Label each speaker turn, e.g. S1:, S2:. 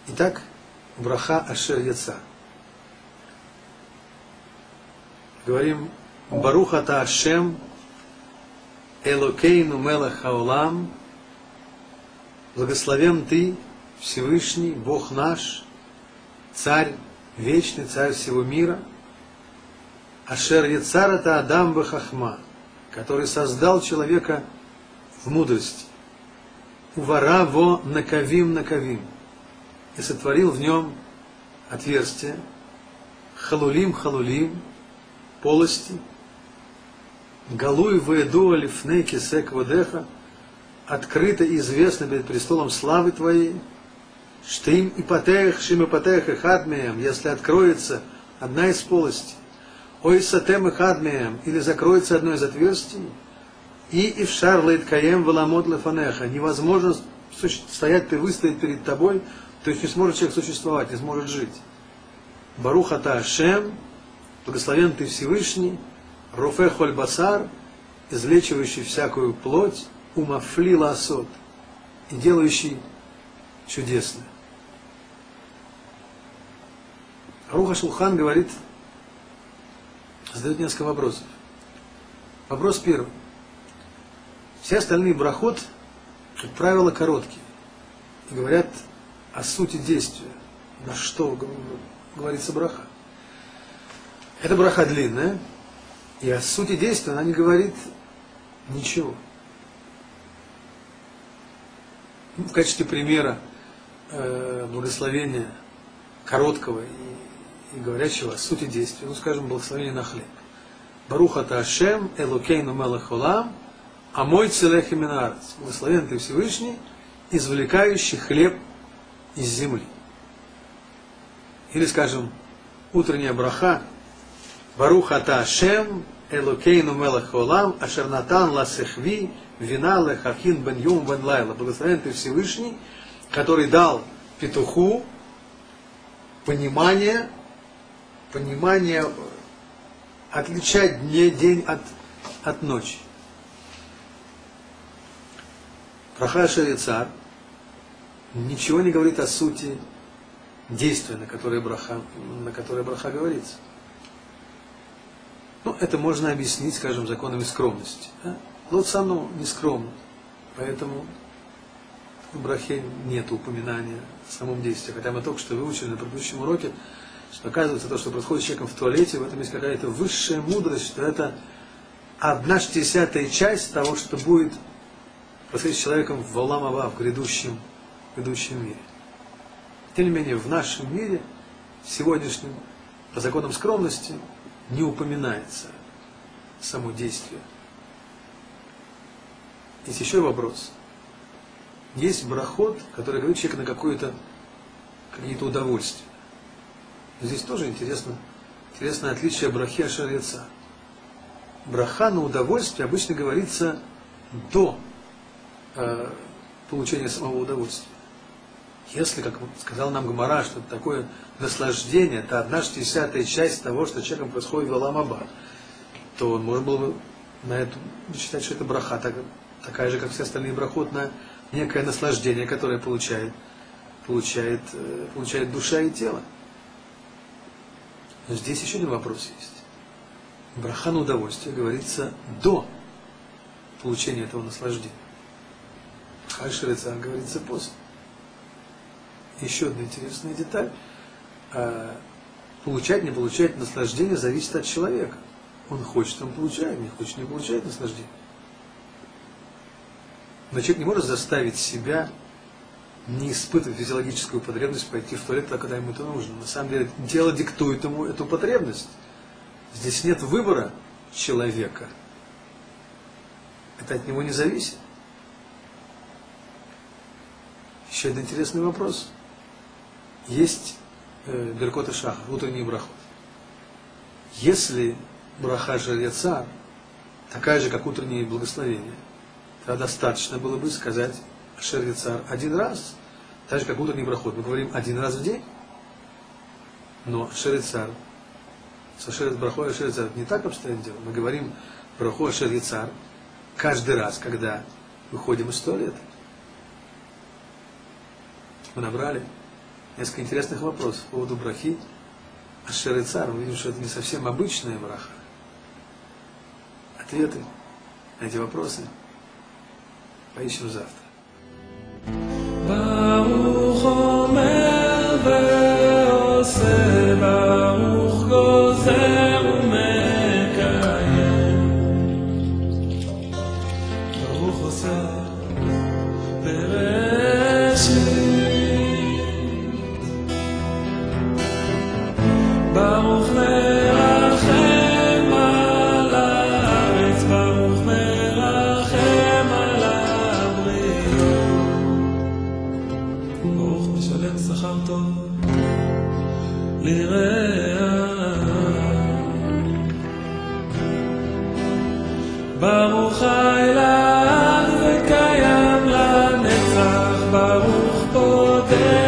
S1: Итак, браха ашер яца. Говорим, Барух ата Ашем, Элокейну мелах хаолам, благословен ты, Всевышний, Бог наш, Царь вечный, Царь всего мира, Ашер яцар ата Адам бехахма, который создал человека в мудрости, Увара во накавим, и сотворил в нем отверстие, халулим, полости, галуй веду алифней кисек водеха, открыто и известно перед престолом славы твоей, штим и патех, шим и патех и хадмеем, если откроется одна из полостей, ой сатем и хадмеем, или закроется одно из отверстий, и ившар лейткаем валамот лефанеха, невозможно стоять, ты выстоять перед тобой, то есть не сможет человек существовать, не сможет жить. Барух ата Ашем, благословен ты Всевышний, Рофе холь басар, излечивающий всякую плоть, умафли ласот, и делающий чудесное. Арух ха-Шулхан говорит, задает несколько вопросов. Вопрос первый. Все остальные брахот, как правило, короткие. И говорят о сути действия. На что говорится браха. Эта браха длинная, и о сути действия она не говорит ничего. В качестве примера благословения короткого и говорящего о сути действия, ну скажем, благословение на хлеб. Барух ата Ашем, Элокейну мелах олам, амой целех именарец. Благословен ты Всевышний, извлекающий хлеб из земли. Или, скажем, утренняя браха, Барух ата Ашем, Элокейну мелах олам, ашер натан ласехви, вина лехахин бен юм бен лайла. Благословен ты Всевышний, который дал петуху понимание отличать день от ночи. Браха ашер яцар ничего не говорит о сути действия, на которое браха говорится. Ну, это можно объяснить, скажем, законами скромности. Да? Лот сано не скромно, поэтому в брахе нет упоминания о самом действии. Хотя мы только что выучили на предыдущем уроке, что оказывается то, что происходит с человеком в туалете, в этом есть какая-то высшая мудрость, что это 1/60 часть того, что будет происходить с человеком в Олам аба, в грядущем мире. Тем не менее, в нашем мире, в сегодняшнем, по законам скромности, не упоминается само действие. Есть еще вопрос. Есть брахот, который говорит человеку на какие-то удовольствия. Здесь тоже интересное отличие брахи ашер яцар. Браха на удовольствие обычно говорится до получения самого удовольствия. Если, как сказал нам Гемара, что это такое наслаждение, это 1/60 часть того, что с человеком происходит в Олам аба, то он можно было бы на это считать, что это браха, такая же, как все остальные брахот, на некое наслаждение, которое получает душа и тело. Но здесь еще один вопрос есть. Браха на удовольствие говорится до получения этого наслаждения. Браха ашер яцар говорится после. Еще одна интересная деталь. Получать, не получать наслаждение зависит от человека. Он хочет, он получает, не хочет, не получает наслаждение. Но человек не может заставить себя не испытывать физиологическую потребность пойти в туалет, когда ему это нужно. На самом деле, дело диктует ему эту потребность. Здесь нет выбора человека. Это от него не зависит. Еще один интересный вопрос. Есть Беркот ха-Шахар, утренний брахот. Если браха ашер яцар такая же, как утреннее благословение, тогда достаточно было бы сказать ашер яцар один раз, так же, как утренний брахот. Мы говорим один раз в день, но ашер яцар, с брахой ашер яцар не так обстоит дело. Мы говорим браху ашер яцар каждый раз, когда выходим из туалета. Мы набрали несколько интересных вопросов по поводу брахи. Ашер и Цар, мы видим, что это не совсем обычная браха. Ответы на эти вопросы поищем завтра.
S2: ברוך אומר ועושה, ברוך גוזר ומקיים, ברוך עושה בראשית, ברוך מרחם על הארץ, ברוך מרחם על הבריות, ברוך משלם שכר טוב לרעיו, ברוך חי לעד וקיים לנצח, ברוך פודה